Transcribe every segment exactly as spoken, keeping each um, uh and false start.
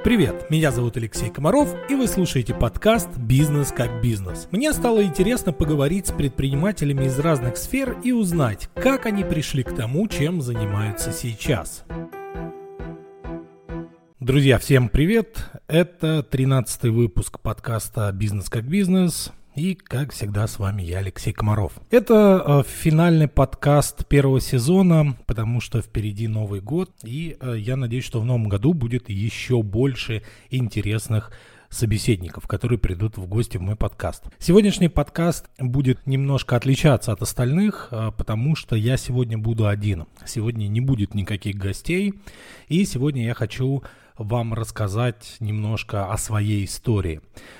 Привет, меня зовут Алексей Комаров, и вы слушаете подкаст «Бизнес как бизнес». Мне стало интересно поговорить с предпринимателями из разных сфер и узнать, как они пришли к тому, чем занимаются сейчас. Друзья, всем привет! Это тринадцатый выпуск подкаста «Бизнес как бизнес». И, как всегда, с вами я, Алексей Комаров. Это э, финальный подкаст первого сезона, потому что впереди Новый год, и э, я надеюсь, что в новом году будет еще больше интересных собеседников, которые придут в гости в мой подкаст. Сегодняшний подкаст будет немножко отличаться от остальных, э, потому что я сегодня буду один. Сегодня не будет никаких гостей, и сегодня я хочу вам рассказать немножко о своей истории.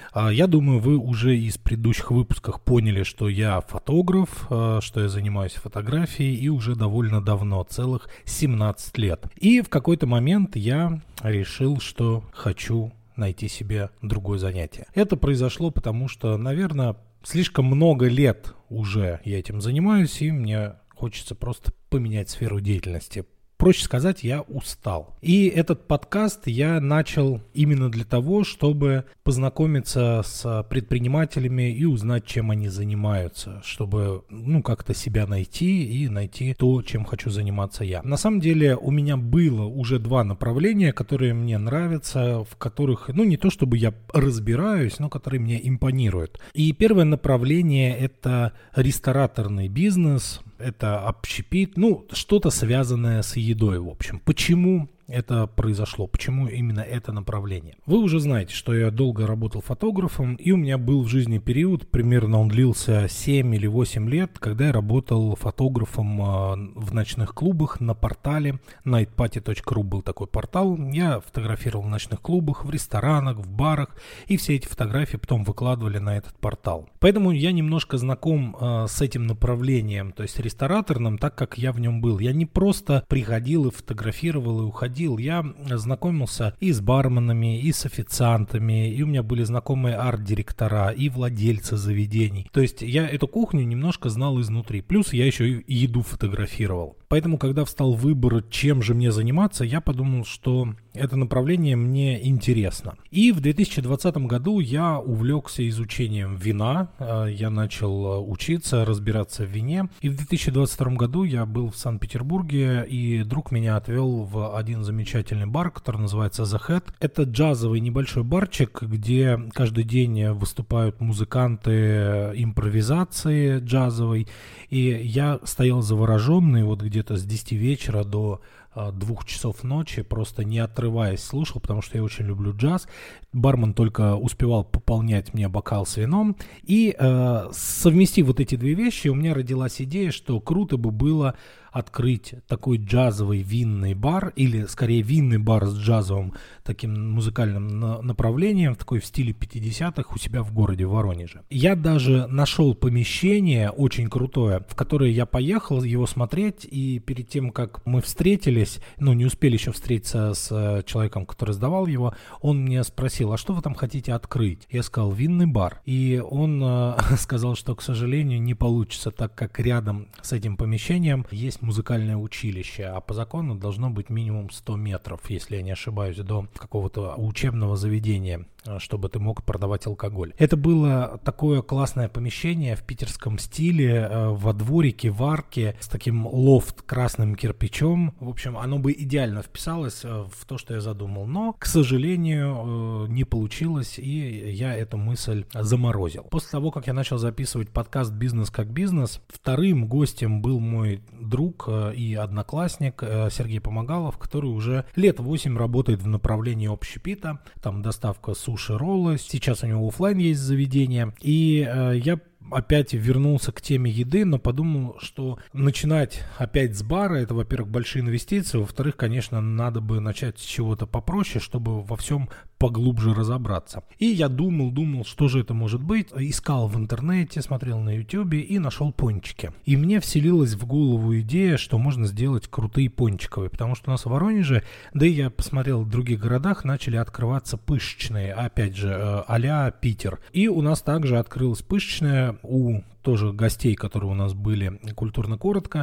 Я думаю, вы уже из предыдущих выпусков поняли, что я фотограф, что я занимаюсь фотографией и уже довольно давно, целых семнадцать лет. И в какой-то момент я решил, что хочу найти себе другое занятие. Это произошло потому, что, наверное, слишком много лет уже я этим занимаюсь, и мне хочется просто поменять сферу деятельности. Проще сказать, я устал. И этот подкаст я начал именно для того, чтобы познакомиться с предпринимателями и узнать, чем они занимаются, чтобы, ну, как-то себя найти и найти то, чем хочу заниматься я. На самом деле у меня было уже два направления, которые мне нравятся, в которых, ну, не то чтобы я разбираюсь, но которые мне импонируют. И первое направление – это рестораторный бизнес. Это общепит, ну, что-то связанное с едой, в общем. Почему это произошло? Почему именно это направление? Вы уже знаете, что я долго работал фотографом, и у меня был в жизни период, примерно он длился семь или восемь лет, когда я работал фотографом в ночных клубах на портале найт пати точка ру был такой портал. Я фотографировал в ночных клубах, в ресторанах, в барах, и все эти фотографии потом выкладывали на этот портал. Поэтому я немножко знаком э, с этим направлением, то есть рестораторным, так как я в нем был. Я не просто приходил и фотографировал и уходил. Я знакомился и с барменами, и с официантами, и у меня были знакомые арт-директора, и владельцы заведений. То есть я эту кухню немножко знал изнутри. Плюс я еще и еду фотографировал. Поэтому, когда встал выбор, чем же мне заниматься, я подумал, что это направление мне интересно. И в две тысячи двадцатом году я увлекся изучением вина. Я начал учиться, разбираться в вине. И в две тысячи двадцать втором году я был в Санкт-Петербурге, и друг меня отвел в один замечательный бар, который называется The Head. Это джазовый небольшой барчик, где каждый день выступают музыканты импровизации джазовой. И я стоял завороженный, вот где-то с десяти вечера до двух часов ночи, просто не отрываясь слушал, потому что я очень люблю джаз. Бармен только успевал пополнять мне бокал с вином. И э, совместив вот эти две вещи, у меня родилась идея, что круто бы было открыть такой джазовый винный бар, или скорее винный бар с джазовым таким музыкальным на- направлением, такой в стиле пятидесятых у себя в городе Воронеже. Я даже нашел помещение очень крутое, в которое я поехал его смотреть, и перед тем, как мы встретились, ну не успели еще встретиться с человеком, который сдавал его, он мне спросил: а что вы там хотите открыть? Я сказал: винный бар. И он э, сказал, что, к сожалению, не получится, так как рядом с этим помещением есть музыкальное училище, а по закону должно быть минимум сто метров, если я не ошибаюсь, до какого-то учебного заведения, чтобы ты мог продавать алкоголь. Это было такое классное помещение в питерском стиле, во дворике, в арке, с таким лофт красным кирпичом. В общем, оно бы идеально вписалось в то, что я задумал. Но, к сожалению, не получилось, и я эту мысль заморозил. После того, как я начал записывать подкаст «Бизнес как бизнес», вторым гостем был мой друг и одноклассник Сергей Помогалов, который уже лет восемь работает в направлении общепита. Там доставка суши-роллы. Сейчас у него офлайн есть заведение. И э, я опять вернулся к теме еды, но подумал, что начинать опять с бара — это, во-первых, большие инвестиции, во-вторых, конечно, надо бы начать с чего-то попроще, чтобы во всем поглубже разобраться. И я думал, думал, что же это может быть. Искал в интернете, смотрел на ютубе и нашел пончики. И мне вселилась в голову идея, что можно сделать крутые пончиковые, потому что у нас в Воронеже, да и я посмотрел в других городах, начали открываться пышечные, опять же, а-ля Питер. И у нас также открылась пышечная у тоже гостей, которые у нас были культурно коротко.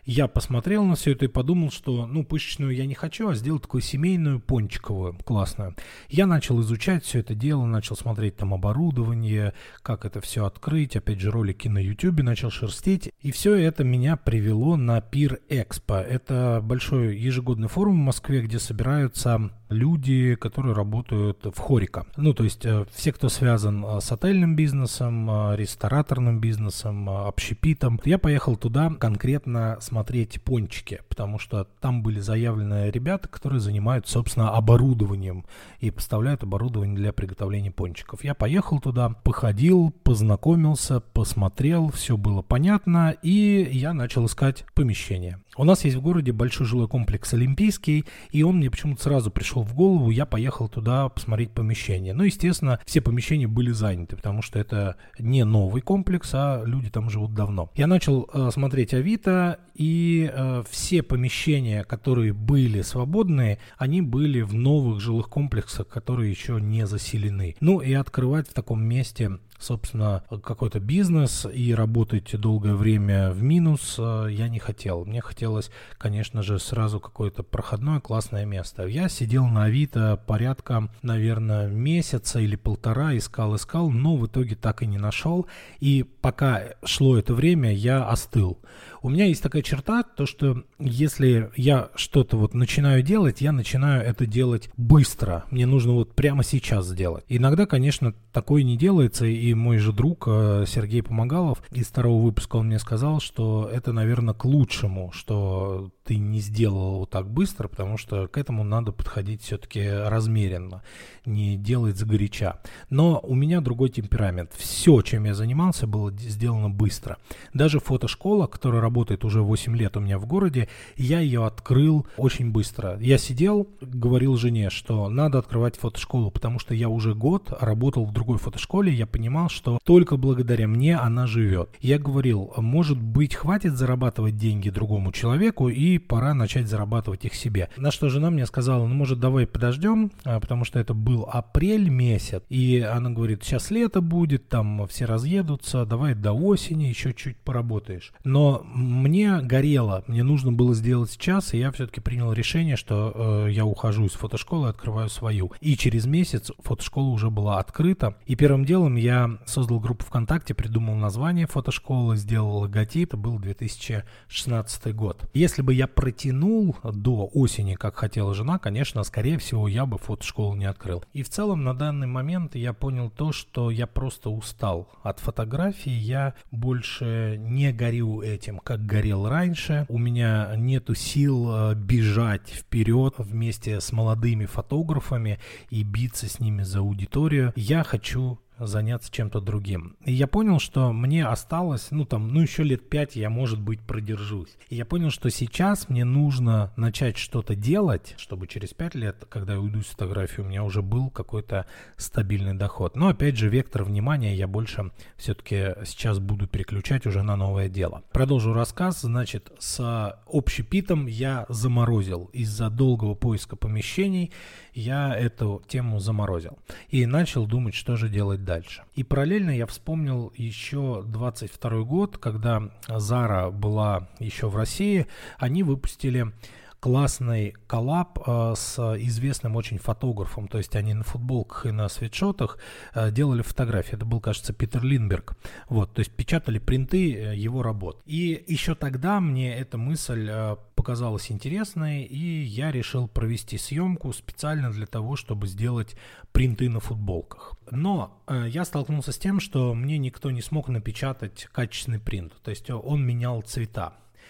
я посмотрел на все это и подумал, что, ну, пышечную я не хочу, а сделал такую семейную, пончиковую, классную. Я начал изучать все это дело, начал смотреть там оборудование, как это все открыть, опять же, ролики на YouTube начал шерстить, и все это меня привело на Peer Expo. Это большой ежегодный форум в Москве, где собираются люди, которые работают в Хорико. Ну, то есть э, все, кто связан э, с отельным бизнесом, э, рестораторным бизнесом, э, общепитом. Я поехал туда конкретно смотреть пончики, потому что там были заявлены ребята, которые занимаются, собственно, оборудованием и поставляют оборудование для приготовления пончиков. Я поехал туда, походил, познакомился, посмотрел, все было понятно, и я начал искать помещение. У нас есть в городе большой жилой комплекс «Олимпийский», и он мне почему-то сразу пришел в голову, я поехал туда посмотреть помещение. Ну, естественно, все помещения были заняты, потому что это не новый комплекс, а люди там живут давно. Я начал э, смотреть Авито, и э, все помещения, которые были свободные, они были в новых жилых комплексах, которые еще не заселены. Ну, и открывать в таком месте, собственно, какой-то бизнес и работать долгое время в минус э, я не хотел. Мне хотелось, конечно же, сразу какое-то проходное классное место. Я сидел на Авито порядка, наверное, месяца или полтора, искал-искал, но в итоге так и не нашел. И пока шло это время, я остыл. У меня есть такая черта, то что если я что-то вот начинаю делать, я начинаю это делать быстро. Мне нужно вот прямо сейчас сделать. Иногда, конечно, такое не делается, и мой же друг Сергей Помогалов из второго выпуска, он мне сказал, что это, наверное, к лучшему, что ты не сделал вот так быстро, потому что к этому надо подходить все-таки размеренно, не делать сгоряча. Но у меня другой темперамент. Все, чем я занимался, было сделано быстро. Даже фотошкола, которая работает уже восемь лет у меня в городе, я ее открыл очень быстро. Я сидел, говорил жене, что надо открывать фотошколу, потому что я уже год работал в другой фотошколе, я понимал, что только благодаря мне она живет. Я говорил, может быть, хватит зарабатывать деньги другому человеку, и пора начать зарабатывать их себе. На что жена мне сказала, ну, может, давай подождем, потому что это был апрель месяц, и она говорит, сейчас лето будет, там все разъедутся, давай до осени еще чуть поработаешь. Но мне горело, мне нужно было сделать сейчас, и я все-таки принял решение, что э, я ухожу из фотошколы, открываю свою. И через месяц фотошкола уже была открыта, и первым делом я создал группу ВКонтакте, придумал название фотошколы, сделал логотип, это был две тысячи шестнадцатый год. Если бы я протянул до осени, как хотела жена, конечно, скорее всего, я бы фотошколу не открыл. И в целом на данный момент я понял то, что я просто устал от фотографий, я больше не горю этим, как горел раньше. У меня нету сил бежать вперед вместе с молодыми фотографами и биться с ними за аудиторию. Я хочу заняться чем-то другим. И я понял, что мне осталось, ну там, ну еще лет пять я, может быть, продержусь. И я понял, что сейчас мне нужно начать что-то делать, чтобы через пять лет, когда я уйду с фотографии, у меня уже был какой-то стабильный доход. Но опять же, вектор внимания я больше все-таки сейчас буду переключать уже на новое дело. Продолжу рассказ. Значит, с общепитом я заморозил. Из-за долгого поиска помещений я эту тему заморозил. И начал думать, что же делать дальше. И параллельно я вспомнил еще двадцать второй год, когда Zara была еще в России, они выпустили классный коллаб э, с известным очень фотографом, то есть они на футболках и на свитшотах э, делали фотографии. Это был, кажется, Питер Линдберг. Вот, то есть печатали принты э, его работ. И еще тогда мне эта мысль э, показалась интересной, и я решил провести съемку специально для того, чтобы сделать принты на футболках. Но э, я столкнулся с тем, что мне никто не смог напечатать качественный принт, то есть он менял цвета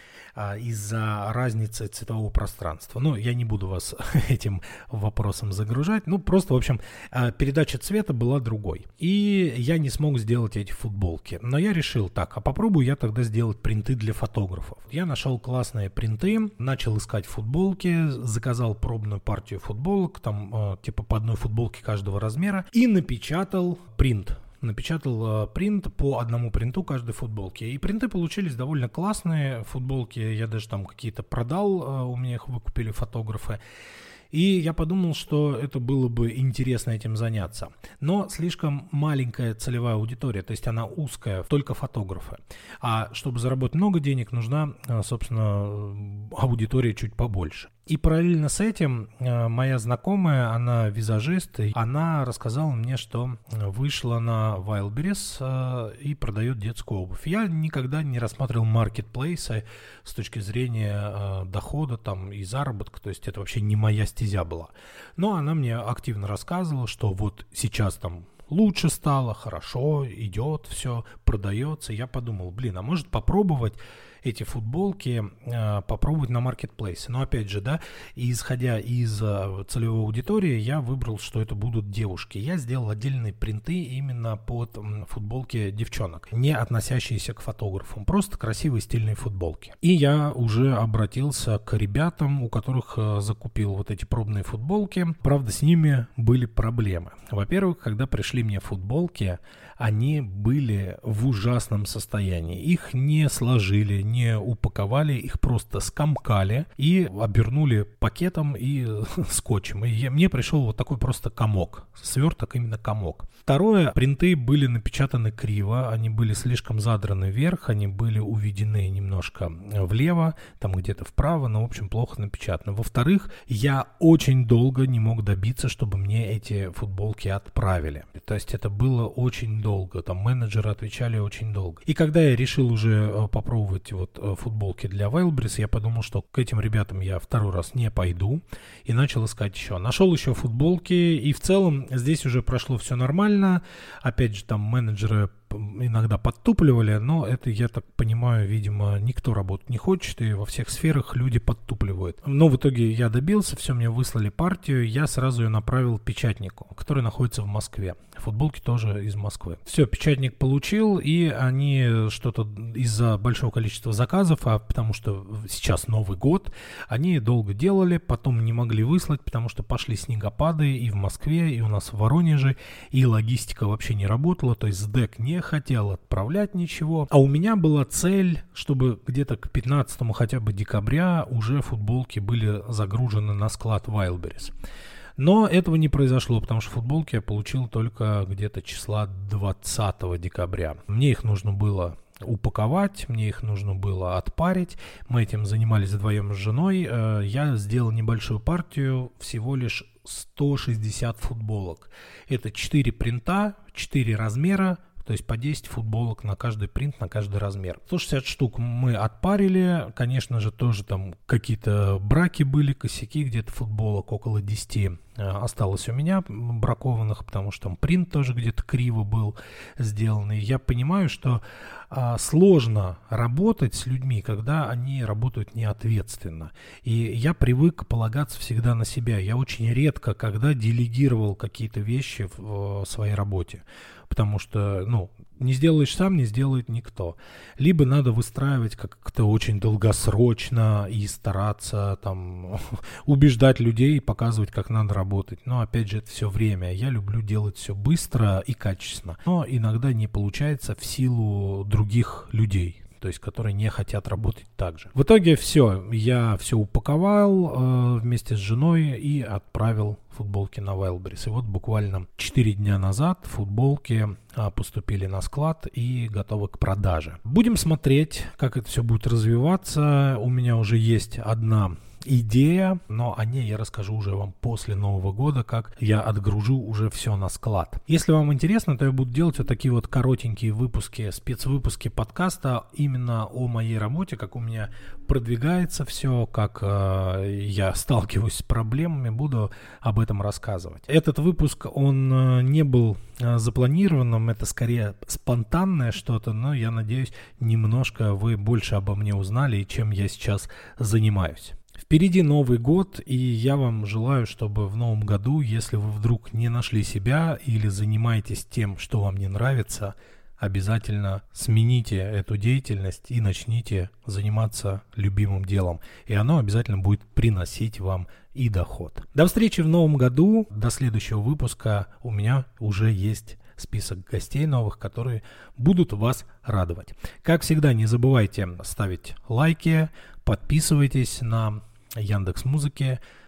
из-за разницы цветового пространства. Но я не буду вас этим вопросом загружать. Ну, просто, в общем, передача цвета была другой. И я не смог сделать эти футболки. Но я решил, так, а попробую я тогда сделать принты для фотографов. Я нашел классные принты, начал искать футболки, заказал пробную партию футболок, там типа по одной футболке каждого размера, и напечатал принт. Напечатал э, принт по одному принту каждой футболки. И принты получились довольно классные. Футболки я даже там какие-то продал, э, у меня их выкупили фотографы. И я подумал, что это было бы интересно этим заняться. Но слишком маленькая целевая аудитория, то есть она узкая, только фотографы. А чтобы заработать много денег, нужна, собственно, аудитория чуть побольше. И параллельно с этим моя знакомая, она визажист, и она рассказала мне, что вышла на Wildberries и продает детскую обувь. Я никогда не рассматривал маркетплейсы с точки зрения дохода там, и заработка, то есть это вообще не моя стезя была. Но она мне активно рассказывала, что вот сейчас там лучше стало, хорошо, идет, все продается. Я подумал, блин, а может попробовать эти футболки э, попробовать на маркетплейсе. Но опять же, да, исходя из э, целевой аудитории, я выбрал, что это будут девушки. Я сделал отдельные принты именно под м, футболки девчонок, не относящиеся к фотографам, просто красивые стильные футболки. И я уже обратился к ребятам, у которых э, закупил вот эти пробные футболки. Правда, с ними были проблемы. Во-первых, когда пришли мне футболки, они были в ужасном состоянии. Их не сложили, не упаковали, их просто скомкали и обернули пакетом и скотчем. И я, мне пришел вот такой просто комок, сверток именно комок. Второе, принты были напечатаны криво, они были слишком задраны вверх, они были уведены немножко влево, там где-то вправо, но в общем плохо напечатаны. Во-вторых, я очень долго не мог добиться, чтобы мне эти футболки отправили. То есть это было очень долго, там менеджеры отвечали очень долго. И когда я решил уже попробовать вот футболки для Wildberries, я подумал, что к этим ребятам я второй раз не пойду, и начал искать еще. Нашел еще футболки, и в целом здесь уже прошло все нормально. Опять же, там менеджеры иногда подтупливали, но это, я так понимаю, видимо, никто работать не хочет, и во всех сферах люди подтупливают. Но в итоге я добился, все, мне выслали партию, я сразу ее направил печатнику, который находится в Москве. Футболки тоже из Москвы. Все, печатник получил, и они что-то из-за большого количества заказов, а потому что сейчас Новый год, они долго делали, потом не могли выслать, потому что пошли снегопады и в Москве, и у нас в Воронеже, и логистика вообще не работала, то есть СДЭК не хотел отправлять ничего. А у меня была цель, чтобы где-то к пятнадцатому хотя бы декабря уже футболки были загружены на склад Wildberries. Но этого не произошло, потому что футболки я получил только где-то числа двадцатого декабря. Мне их нужно было упаковать, мне их нужно было отпарить. Мы этим занимались вдвоем с женой. Я сделал небольшую партию, всего лишь сто шестьдесят футболок. Это четыре принта, четыре размера. То есть по десять футболок на каждый принт, на каждый размер. сто шестьдесят штук мы отпарили. Конечно же, тоже там какие-то браки были, косяки, где-то футболок около десяти осталось у меня бракованных, потому что там принт тоже где-то криво был сделан. И я понимаю, что а, сложно работать с людьми, когда они работают неответственно. И я привык полагаться всегда на себя. Я очень редко, когда делегировал какие-то вещи в, в своей работе. Потому что, ну, не сделаешь сам, не сделает никто. Либо надо выстраивать как-то очень долгосрочно и стараться там убеждать людей и показывать, как надо работать. Но опять же, это все время. Я люблю делать все быстро и качественно. Но иногда не получается в силу других людей, то есть которые не хотят работать так же. В итоге все, я все упаковал э, вместе с женой и отправил футболки на Wildberries. И вот буквально четыре дня назад футболки а, поступили на склад и готовы к продаже. Будем смотреть, как это все будет развиваться. У меня уже есть одна идея, но о ней я расскажу уже вам после Нового года, как я отгружу уже все на склад. Если вам интересно, то я буду делать вот такие вот коротенькие выпуски, спецвыпуски подкаста именно о моей работе, как у меня продвигается все, как э, я сталкиваюсь с проблемами, буду об этом рассказывать. Этот выпуск, он э, не был э, запланированным, это скорее спонтанное что-то, но я надеюсь, немножко вы больше обо мне узнали и чем я сейчас занимаюсь. Впереди Новый год, и я вам желаю, чтобы в Новом году, если вы вдруг не нашли себя или занимаетесь тем, что вам не нравится, обязательно смените эту деятельность и начните заниматься любимым делом. И оно обязательно будет приносить вам и доход. До встречи в Новом году. До следующего выпуска у меня уже есть список гостей новых, которые будут вас радовать. Как всегда, не забывайте ставить лайки, подписывайтесь на Яндекс.Музыке,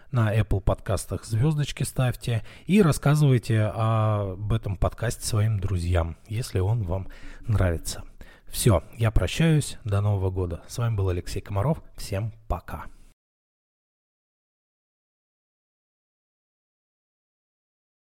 на Apple подкастах звездочки ставьте и рассказывайте об этом подкасте своим друзьям, если он вам нравится. Все, я прощаюсь, до Нового года. С вами был Алексей Комаров, всем пока.